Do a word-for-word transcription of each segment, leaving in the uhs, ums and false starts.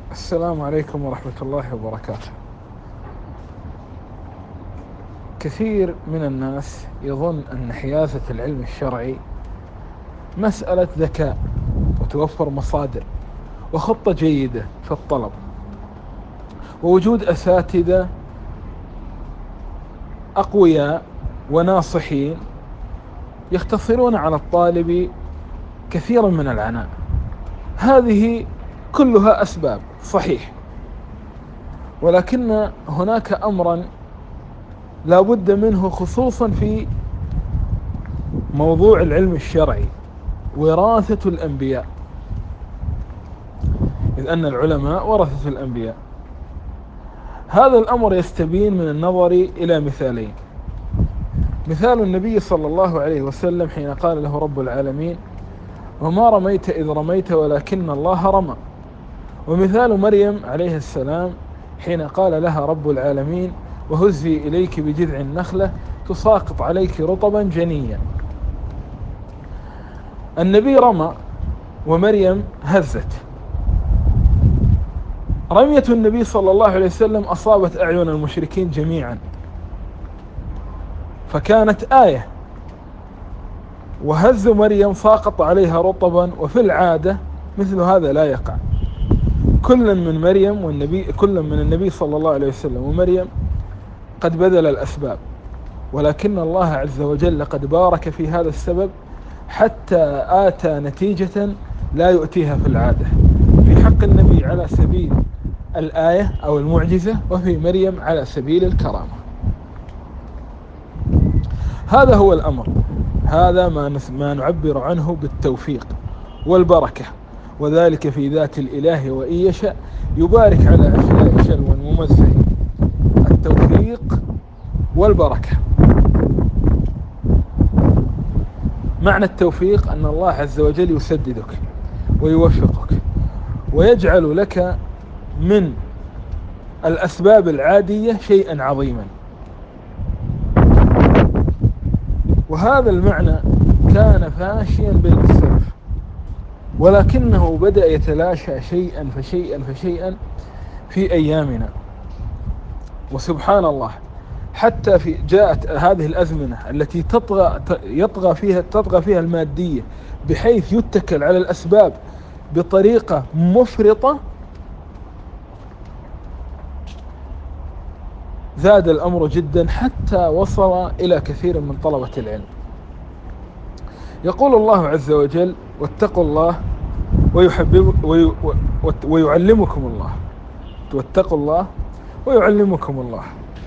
السلام عليكم ورحمة الله وبركاته. كثير من الناس يظن أن حيازة العلم الشرعي مسألة ذكاء وتوفر مصادر وخطة جيدة في الطلب ووجود أساتذة أقوياء وناصحين يختصرون على الطالب كثيرا من العناء. هذه كلها أسباب صحيح، ولكن هناك أمرا لا بد منه خصوصا في موضوع العلم الشرعي، وراثة الأنبياء، إذ أن العلماء ورثة الأنبياء. هذا الأمر يستبين من النظر إلى مثالين. مثال النبي صلى الله عليه وسلم حين قال له رب العالمين: وما رميت إذ رميت ولكن الله رمى. ومثال مريم عليه السلام حين قال لها رب العالمين: وهزي إليك بجذع النخلة تساقط عليك رطبا جنيا. النبي رمى ومريم هزت. رمية النبي صلى الله عليه وسلم أصابت أعين المشركين جميعا فكانت آية، وهز مريم ساقط عليها رطبا، وفي العادة مثل هذا لا يقع. كل من مريم والنبي كل من النبي صلى الله عليه وسلم ومريم قد بذل الأسباب، ولكن الله عز وجل قد بارك في هذا السبب حتى آتى نتيجة لا يؤتيها في العادة. في حق النبي على سبيل الآية أو المعجزة، وفي مريم على سبيل الكرامة. هذا هو الأمر، هذا ما ما نعبر عنه بالتوفيق والبركة، وذلك في ذات الإله وإن يشاء يبارك على أشياء شلو ممزه. التوفيق والبركة. معنى التوفيق أن الله عز وجل يسددك ويوفقك ويجعل لك من الأسباب العادية شيئا عظيما. وهذا المعنى كان فاشيا بين السلف، ولكنه بدأ يتلاشى شيئا فشيئا فشيئا في أيامنا. وسبحان الله، حتى في جاءت هذه الأزمنة التي تطغى يطغى فيها تطغى فيها المادية، بحيث يتكل على الأسباب بطريقة مفرطة، زاد الأمر جدا حتى وصل إلى كثير من طلبة العلم. يقول الله عز وجل: واتقوا الله ويحبب وي ويعلمكم الله. واتقوا الله ويعلمكم الله.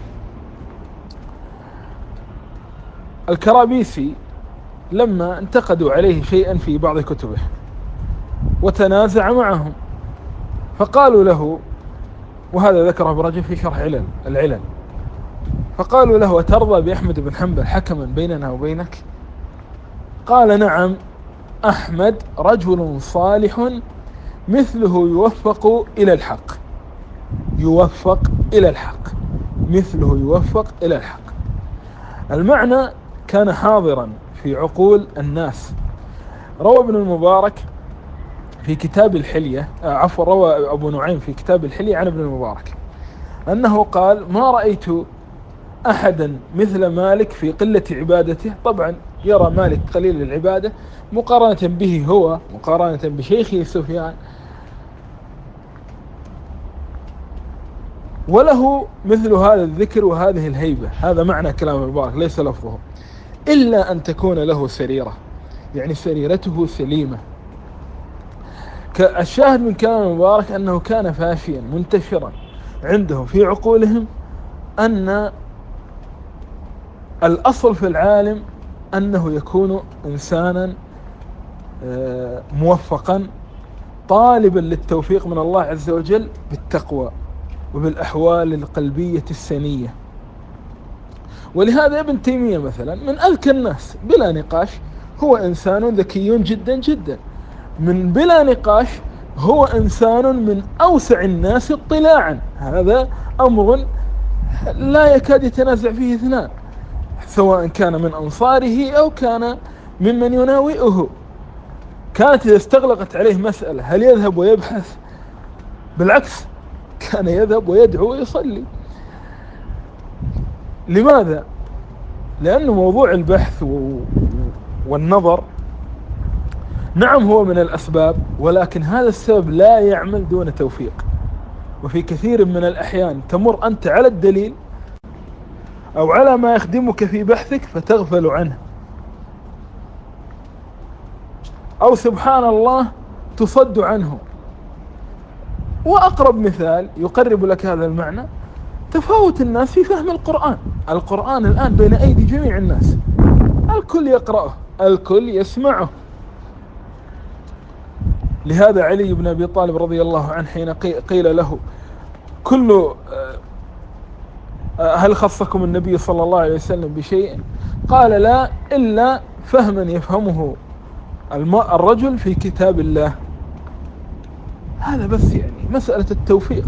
الكرابيسي لما انتقدوا عليه شيئا في بعض كتبه وتنازع معهم، فقالوا له، وهذا ذكره ابن رجب في شرح علل العلل، فقالوا له: أترضى بأحمد بن حنبل حكما بيننا وبينك؟ قال: نعم، أحمد رجل صالح مثله يوفق إلى الحق. يوفق إلى الحق مثله يوفق إلى الحق. المعنى كان حاضرا في عقول الناس. روى ابن المبارك في كتاب الحلية آه عفوا روى أبو نعيم في كتاب الحلية عن ابن المبارك أنه قال: ما رأيت أحدا مثل مالك في قلة عبادته. طبعا يرى مالك قليل العبادة مقارنة به هو، مقارنة بشيخه سفيان، وله مثل هذا الذكر وهذه الهيبة. هذا معنى كلام ابن المبارك ليس لفظه، إلا أن تكون له سريرة، يعني سريرته سليمة. الشاهد من كلام المبارك أنه كان فاشيا منتشرا عندهم في عقولهم أن الأصل في العالم أنه يكون إنسانا موفقا طالبا للتوفيق من الله عز وجل بالتقوى وبالأحوال القلبية السنية. ولهذا ابن تيمية مثلا من أذكى الناس بلا نقاش، هو إنسان ذكي جدا جدا، من بلا نقاش هو إنسان من أوسع الناس اطلاعا. هذا أمر لا يكاد يتنازع فيه اثنان، سواء كان من أنصاره أو كان ممن يناوئه. كانت إذا استغلقت عليه مسألة هل يذهب ويبحث بالعكس كان يذهب ويدعو ويصلي. لماذا؟ لأنه موضوع البحث والنظر نعم هو من الأسباب، ولكن هذا السبب لا يعمل دون توفيق. وفي كثير من الأحيان تمر أنت على الدليل أو على ما يخدمك في بحثك فتغفل عنه، أو سبحان الله تصد عنه. وأقرب مثال يقرب لك هذا المعنى تفاوت الناس في فهم القرآن. القرآن الآن بين أيدي جميع الناس، الكل يقرأه، الكل يسمعه. لهذا علي بن أبي طالب رضي الله عنه حين قيل له كل هل خصكم النبي صلى الله عليه وسلم بشيء؟ قال لا، إلا فهما يفهمه الرجل في كتاب الله. هذا بس، يعني مسألة التوفيق،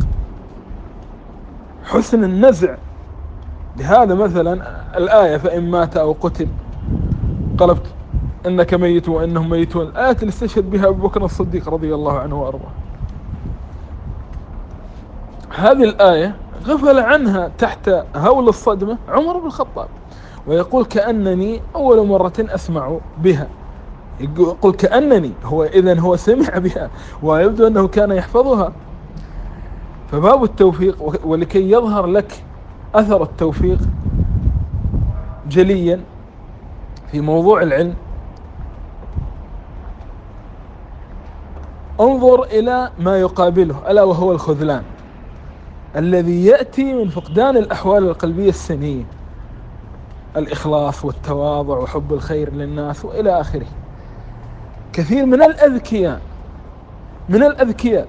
حسن النزع. لهذا مثلا الآية فإن مات أو قتل قلبت إنك ميت وإنهم ميتون، الآية اللي استشهد بها أبو بكر الصديق رضي الله عنه وأرضاه. هذه الآية غفل عنها تحت هول الصدمة عمر بن الخطاب، ويقول كأنني أول مرة أسمع بها. يقول كأنني، هو إذن هو سمع بها ويبدو أنه كان يحفظها. فباب التوفيق، ولكي يظهر لك أثر التوفيق جليا في موضوع العلم انظر إلى ما يقابله، ألا وهو الخذلان الذي يأتي من فقدان الأحوال القلبية السنية، الإخلاص والتواضع وحب الخير للناس وإلى آخره. كثير من الأذكياء من الأذكياء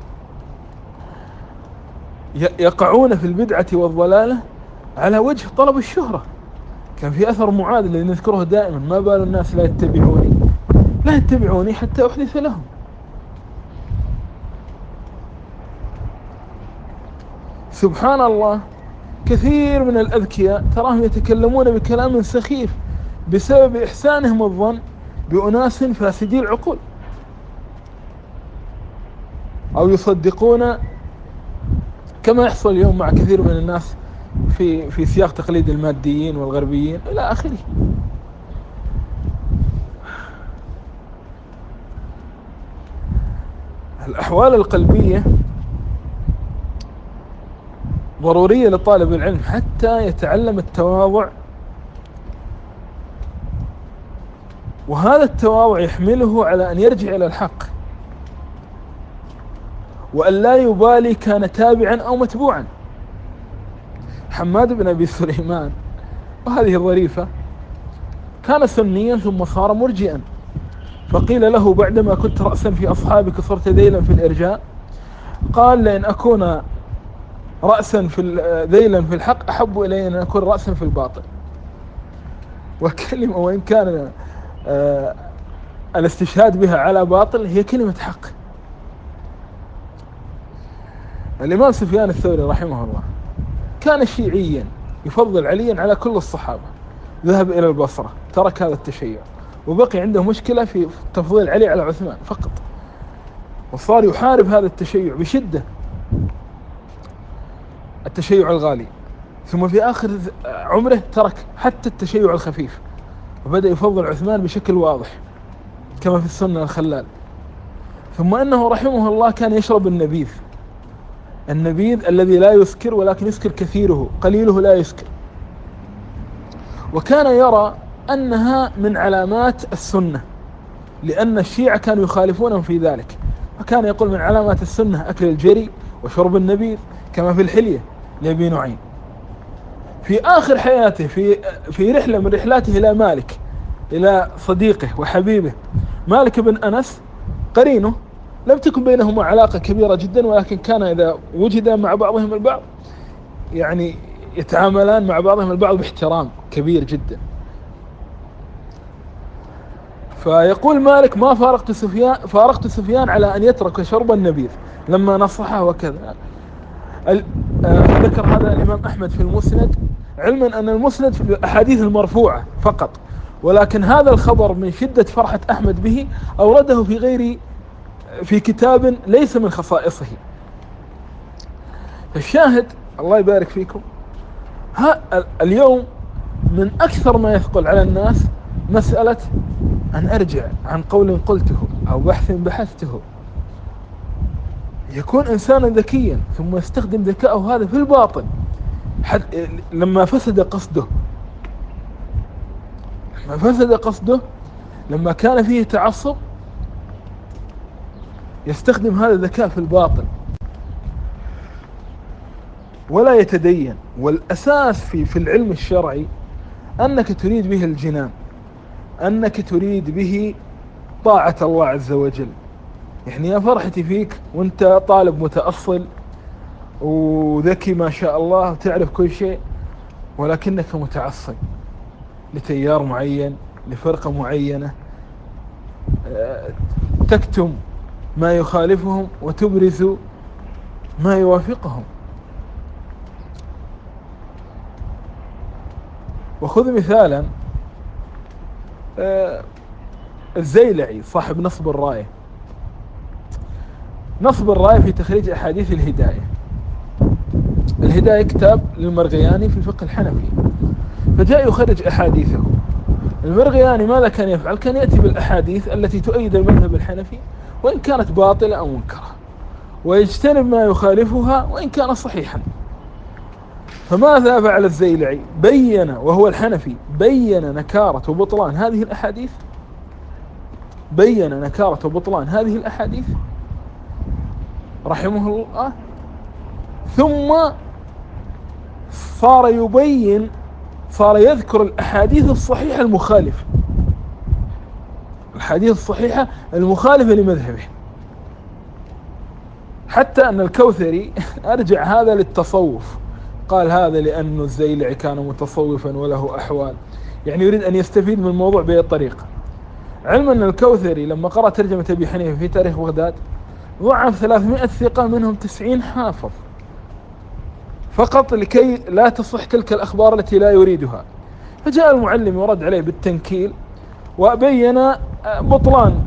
يقعون في البدعة والضلالة على وجه طلب الشهرة. كان في أثر معاذ الذي نذكره دائما: ما بال الناس لا يتبعوني لا يتبعوني حتى أحدث لهم. سبحان الله، كثير من الأذكياء تراهم يتكلمون بكلام سخيف بسبب إحسانهم الظن بأناس فاسدي العقول، أو يصدقون كما يحصل اليوم مع كثير من الناس في في سياق تقليد الماديين والغربيين إلى آخره. الأحوال القلبية ضرورية لطالب العلم حتى يتعلم التواضع، وهذا التواضع يحمله على أن يرجع إلى الحق، وأن لا يبالي كان تابعا أو متبوعا. حماد بن أبي سليمان، وهذه ظريفة، كان سنيا ثم صار مرجئا، فقيل له بعدما كنت رأسا في أصحابك صرت ذيلا في الإرجاء، قال: لأن أكون رأسا في ذيلا في الحق أحب إلي أن أكون رأسا في الباطل. وكلمة وإن كان آه الاستشهاد بها على باطل هي كلمة حق. الإمام سفيان الثوري رحمه الله كان شيعيا يفضل عليا على كل الصحابة، ذهب إلى البصرة، ترك هذا التشيع، وبقي عنده مشكلة في تفضيل علي على عثمان فقط، وصار يحارب هذا التشيع بشدة، التشيع الغالي. ثم في آخر عمره ترك حتى التشيع الخفيف، وبدأ يفضل عثمان بشكل واضح كما في السنة الخلال. ثم أنه رحمه الله كان يشرب النبيذ، النبيذ الذي لا يسكر ولكن يسكر كثيره، قليله لا يسكر، وكان يرى أنها من علامات السنة، لأن الشيعة كانوا يخالفونهم في ذلك، وكان يقول من علامات السنة أكل الجري وشرب النبيذ، كما في الحلية لأبي نعيم. في آخر حياته في في رحلة من رحلاته إلى مالك، إلى صديقه وحبيبه مالك بن أنس قرينه، لم تكن بينهما علاقة كبيرة جدا، ولكن كان إذا وجدا مع بعضهم البعض يعني يتعاملان مع بعضهم البعض باحترام كبير جدا. فيقول مالك: ما فارقت سفيان فارقت سفيان على أن يترك شرب النبيذ لما نصحه وكذا. ذكر هذا الإمام أحمد في المسند، علما أن المسند في الأحاديث المرفوعة فقط، ولكن هذا الخبر من شدة فرحة أحمد به أورده في غير في كتاب ليس من خصائصه، فالشاهد الله يبارك فيكم، ها اليوم من أكثر ما يثقل على الناس مسألة أن أرجع عن قول قلته أو بحث بحثته. يكون إنسانا ذكيا ثم يستخدم ذكاءه هذا في الباطل، حتى لما فسد قصده لما فسد قصده لما كان فيه تعصب يستخدم هذا الذكاء في الباطل ولا يتدين. والأساس في في العلم الشرعي أنك تريد به الجنان، أنك تريد به طاعة الله عز وجل. يعني يا فرحتي فيك وانت طالب متأصل وذكي ما شاء الله وتعرف كل شيء، ولكنك متعصب لتيار معين لفرقة معينة، تكتم ما يخالفهم وتبرز ما يوافقهم. وخذ مثالا الزيلعي صاحب نصب الراية. نصب الراية في تخريج أحاديث الهداية. الهداية كتاب للمرغياني في الفقه الحنفي، فجاء يخرج أحاديثه. المرغياني ماذا كان يفعل؟ كان يأتي بالأحاديث التي تؤيد المذهب الحنفي وإن كانت باطلة أو منكرة، ويجتنب ما يخالفها وإن كان صحيحا. فماذا فعل الزيلعي؟ بين وهو الحنفي بين نكارة وبطلان هذه الأحاديث بين نكارة وبطلان هذه الأحاديث رحمه الله، ثم صار يبين صار يذكر الأحاديث الصحيحة المخالفة الحديث الصحيحة المخالفة لمذهبه. حتى أن الكوثري أرجع هذا للتصوف، قال هذا لأن الزيلعي كان متصوفا وله أحوال، يعني يريد أن يستفيد من الموضوع بهذه الطريقة. علما أن الكوثري لما قرأ ترجمة أبي حنيفة في تاريخ بغداد ضعف ثلاثمائة ثقة منهم تسعين حافظ فقط لكي لا تصح تلك الأخبار التي لا يريدها. فجاء المعلم ورد عليه بالتنكيل وبين بطلان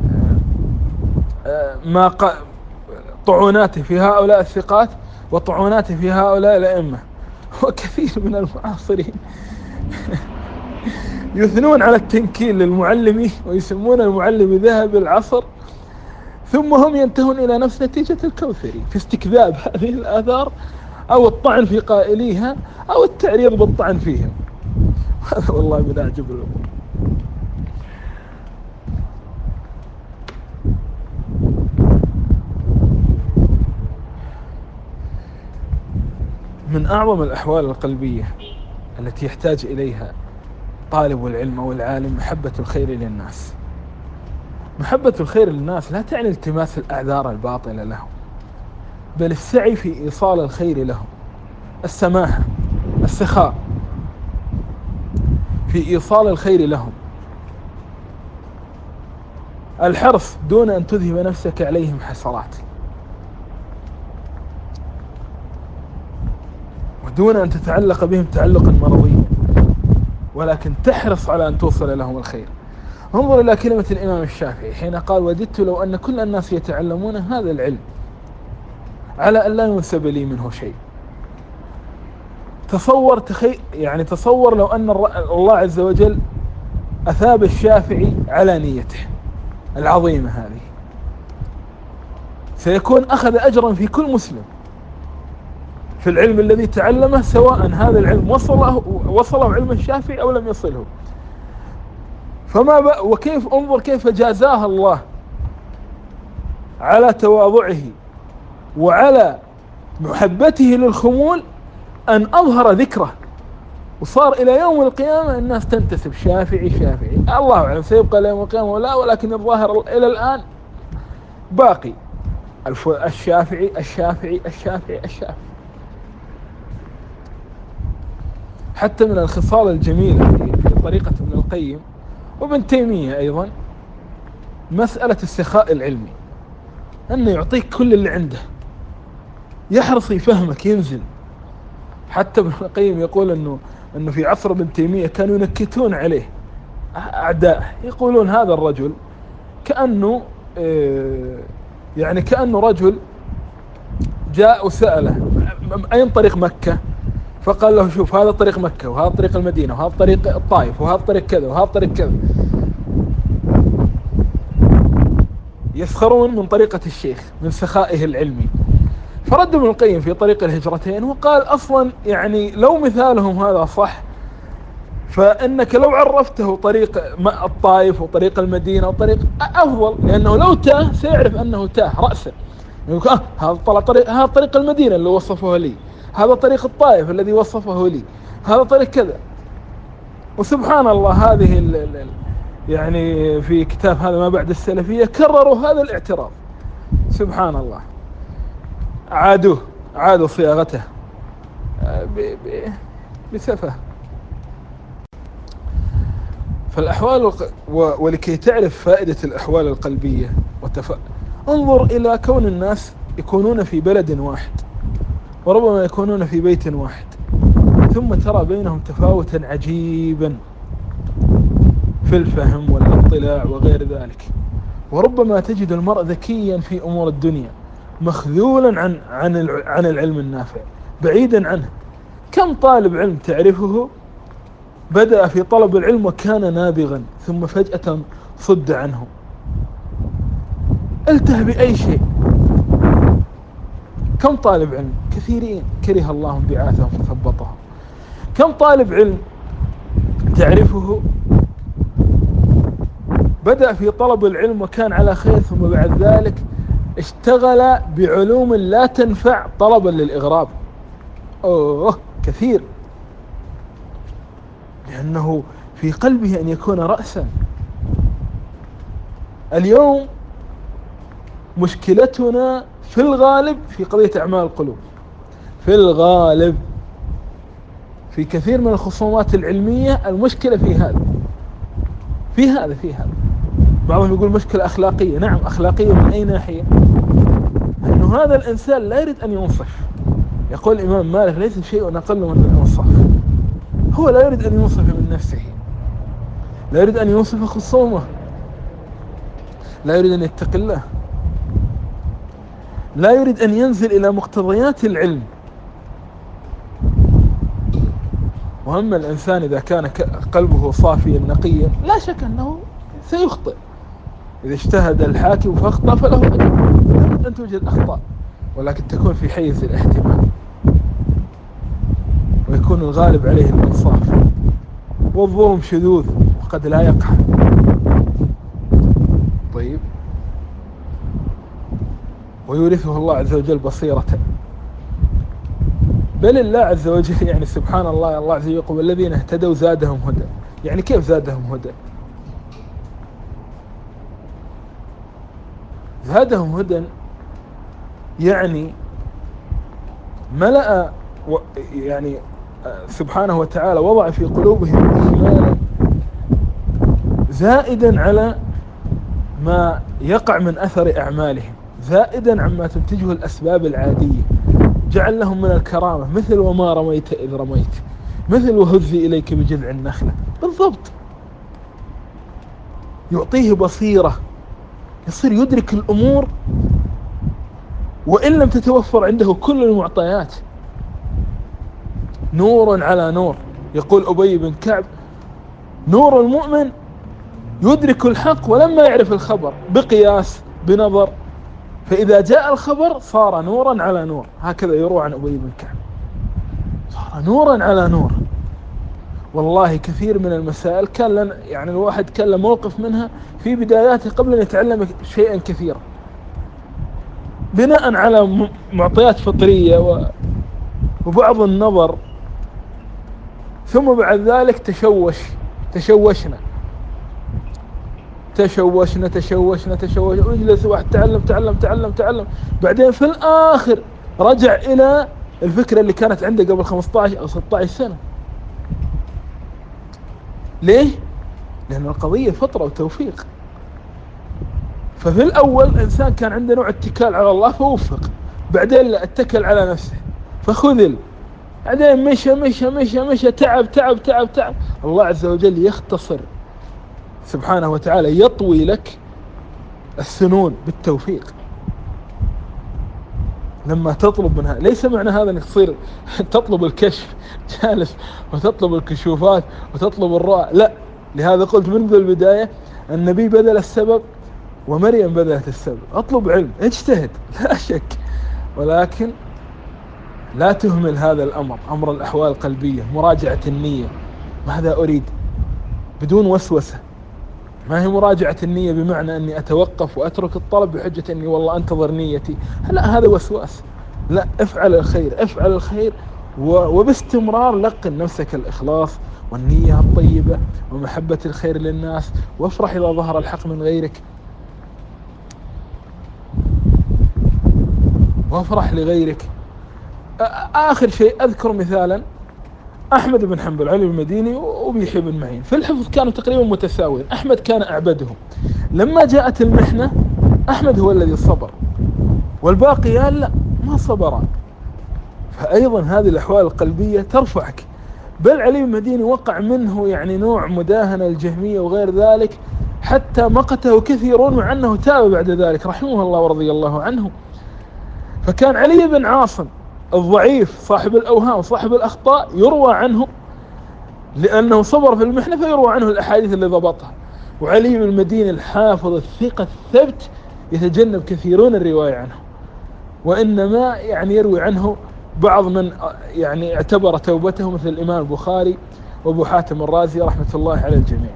ما طعوناته في هؤلاء الثقات وطعوناته في هؤلاء الأئمة. وكثير من المعاصرين يثنون على التنكيل للمعلم ويسمون المعلم ذهب العصر، ثم هم ينتهون إلى نفس نتيجة الكوثري في استكذاب هذه الآثار أو الطعن في قائليها أو التعريض بالطعن فيهم. هذا والله من أعجب الأمور. من أعظم الأحوال القلبية التي يحتاج إليها طالب العلم أو العالم محبة الخير للناس. محبة الخير للناس لا تعني التماس الأعذار الباطلة لهم، بل السعي في إيصال الخير لهم، السماحة، السخاء في إيصال الخير لهم، الحرص دون أن تذهب نفسك عليهم حسرات، ودون أن تتعلق بهم تعلقا مرضيا، ولكن تحرص على أن توصل لهم الخير. انظر إلى كلمة الإمام الشافعي حين قال: وددت لو أن كل الناس يتعلمون هذا العلم على أن لا ينسب لي منه شيء. تصور تخي يعني تصور لو أن الله عز وجل أثاب الشافعي على نيته العظيمة هذه، سيكون أخذ أجرا في كل مسلم في العلم الذي تعلمه، سواء هذا العلم وصله وصله علم الشافعي أو لم يصله. فما ب... وكيف انظر كيف جازاها الله على تواضعه وعلى محبته للخمول أن أظهر ذكره، وصار إلى يوم القيامة الناس تنتسب شافعي شافعي. الله أعلم سيبقى إلى يوم القيامة ولا، ولكن الظاهر إلى الآن باقي الشافعي الشافعي الشافعي الشافعي. حتى من الخصال الجميلة في طريقة ابن القيم وابن تيمية أيضا مسألة السخاء العلمي، أنه يعطيك كل اللي عنده، يحرص يفهمك ينزل. حتى ابن القيم يقول أنه أنه في عصر ابن تيمية كانوا ينكتون عليه أعداء، يقولون هذا الرجل كأنه يعني كأنه رجل جاء وسأله أين طريق مكة؟ فقال له شوف هذا طريق مكة وهذا طريق المدينة وهذا طريق الطائف وهذا طريق كذا وهذا طريق كذا. يسخرون من طريقة الشيخ من سخائه العلمي. فرد ابن القيم في طريق الهجرتين وقال أصلا يعني لو مثالهم هذا صح، فإنك لو عرفته طريق الطائف وطريق المدينة وطريق أفضل، لأنه لو تاه سيعرف أنه تاه رأسا. يقول آه هذا طلع طريق، هذا طريق المدينة اللي وصفه لي، هذا طريق الطائف الذي وصفه لي، هذا طريق كذا. وسبحان الله هذه ال ال يعني في كتاب هذا ما بعد السلفية كرروا هذا الاعتراض. سبحان الله، عادوه عادوا صياغته بسفه. فالأحوال ولكي تعرف فائدة الأحوال القلبية وتف... انظر إلى كون الناس يكونون في بلد واحد وربما يكونون في بيت واحد، ثم ترى بينهم تفاوتا عجيبا في الفهم والاطلاع وغير ذلك. وربما تجد المرء ذكيا في أمور الدنيا مخذولا عن عن عن العلم النافع بعيدا عنه. كم طالب علم تعرفه بدأ في طلب العلم وكان نابغا ثم فجأة صد عنه، الته بأي شيء. كم طالب علم كثيرين كره الله انبعاثهم فثبطهم. كم طالب علم تعرفه بدأ في طلب العلم وكان على خير ثم بعد ذلك اشتغل بعلوم لا تنفع طلبا للإغراب. أوه كثير، لأنه في قلبه أن يكون رأسا. اليوم مشكلتنا في الغالب في قضية أعمال القلوب، في الغالب في كثير من الخصومات العلمية المشكلة في هذا في هذا في هذا بعضهم يقول مشكلة أخلاقية. نعم أخلاقية من أي ناحية؟ أنه هذا الإنسان لا يريد أن ينصف. يقول الإمام مالك ليس شيء أقل من الإنصاف. هو لا يريد أن ينصف من نفسه، لا يريد أن ينصف خصومه، لا يريد أن يتقي الله، لا يريد أن ينزل إلى مقتضيات العلم. وأما الإنسان إذا كان قلبه صافيا نقيا لا شك أنه سيخطئ. إذا اجتهد الحاكم فأخطأ فله أجر، لا أن توجد أخطاء ولكن تكون في حيز الاحتمال، ويكون الغالب عليه الإنصاف. والظلم شذوذ وقد لا يقع. طيب، ويورثه الله عز وجل بصيرة. بل الله عز وجل يعني سبحان الله، الله عز وجل يقول الذين اهتدوا زادهم هدى. يعني كيف زادهم هدى؟ زادهم هدى يعني ملأ و يعني سبحانه وتعالى وضع في قلوبهم إيمانا زائدا على ما يقع من أثر أعمالهم، زائدا عما تنتجه الأسباب العادية. جعل لهم من الكرامة مثل وما رميت إذ رميت، مثل وهزي إليك بجذع النخلة. بالضبط، يعطيه بصيرة، يصير يدرك الأمور وإن لم تتوفر عنده كل المعطيات. نور على نور، يقول أبي بن كعب: نور المؤمن يدرك الحق ولما يعرف الخبر بقياس بنظر، فإذا جاء الخبر صار نورا على نور. هكذا يروى عن أبي بن كعب، صار نورا على نور. والله كثير من المسائل كان لنا يعني الواحد كان له موقف منها في بداياته قبل أن يتعلم شيئا كثيرا، بناء على معطيات فطرية وبعض النظر، ثم بعد ذلك تشوش تشوشنا تشوشنا تشوشنا تشوشنا ويجلس واحد تعلم تعلم تعلم تعلم بعدين في الآخر رجع إلى الفكرة اللي كانت عنده قبل خمسة عشر أو ستة عشر سنة. ليه؟ لأن القضية فطرة وتوفيق. ففي الأول إنسان كان عنده نوع اتكال على الله فوفق، بعدين لا اتكل على نفسه فخذل، بعدين مشى مشى مشى مشى تعب تعب تعب تعب. الله عز وجل يختصر سبحانه وتعالى، يطوي لك السنون بالتوفيق. لما تطلب منها. ليس معنى هذا أنك تصير تطلب الكشف جالس وتطلب الكشوفات وتطلب الرؤى، لا. لهذا قلت منذ البداية النبي بذل السبب ومريم بذلت السبب. اطلب علم، اجتهد لا شك، ولكن لا تهمل هذا الأمر، أمر الأحوال القلبية، مراجعة النية. ماذا أريد بدون وسوسة. ما هي مراجعة النية بمعنى أني أتوقف وأترك الطلب بحجة أني والله أنتظر نيتي، لا هذا وسواس. لا، افعل الخير، افعل الخير وباستمرار لقن نفسك الإخلاص والنية الطيبة ومحبة الخير للناس، وافرح إذا ظهر الحق من غيرك، وافرح لغيرك. آخر شيء أذكر مثالا أحمد بن حنبل، علي المديني وبيحيى بن معين في الحفظ كانوا تقريبا متساويين. أحمد كان أعبدهم. لما جاءت المحنة أحمد هو الذي صبر والباقيان لا، ما صبران. فأيضا هذه الأحوال القلبية ترفعك. بل علي المديني وقع منه يعني نوع مداهنة الجهمية وغير ذلك، حتى مقته كثيرون مع أنه تاب بعد ذلك رحمه الله ورضي الله عنه. فكان علي بن عاصم الضعيف صاحب الأوهام صاحب الأخطاء يروى عنه لأنه صبر في المحنة، فيروى عنه الأحاديث اللي ضبطها. وعلي بن المديني الحافظ الثقة الثبت يتجنب كثيرون الرواية عنه، وإنما يعني يروي عنه بعض من يعني اعتبر توبته مثل الإمام البخاري وأبو حاتم الرازي رحمة الله على الجميع.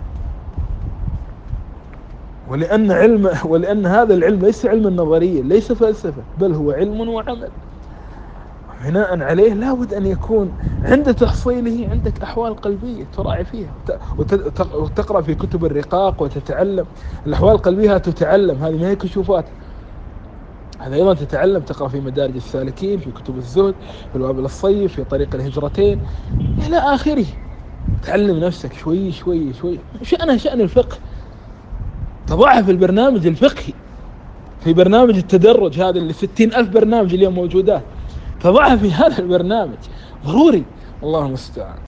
ولأن علم ولأن هذا العلم ليس علم نظريا، ليس فلسفة، بل هو علم وعمل. بناء عليه لا بد أن يكون عند تحصيله عندك أحوال قلبية تراعي فيها، وتقرأ في كتب الرقاق وتتعلم الأحوال القلبية. تتعلم، هذه ما هي كشوفات، هذا أيضا تتعلم. تقرأ في مدارج السالكين، في كتب الزهد، في الوابل الصيف، في طريق الهجرتين إلى آخره. تعلم نفسك شوي شوي شوي. شأنها شأن الفقه، تضعها في البرنامج الفقهي، في برنامج التدرج هذا اللي ستين ألف برنامج اليوم موجودات، تضعها في هذا البرنامج ضروري. الله المستعان.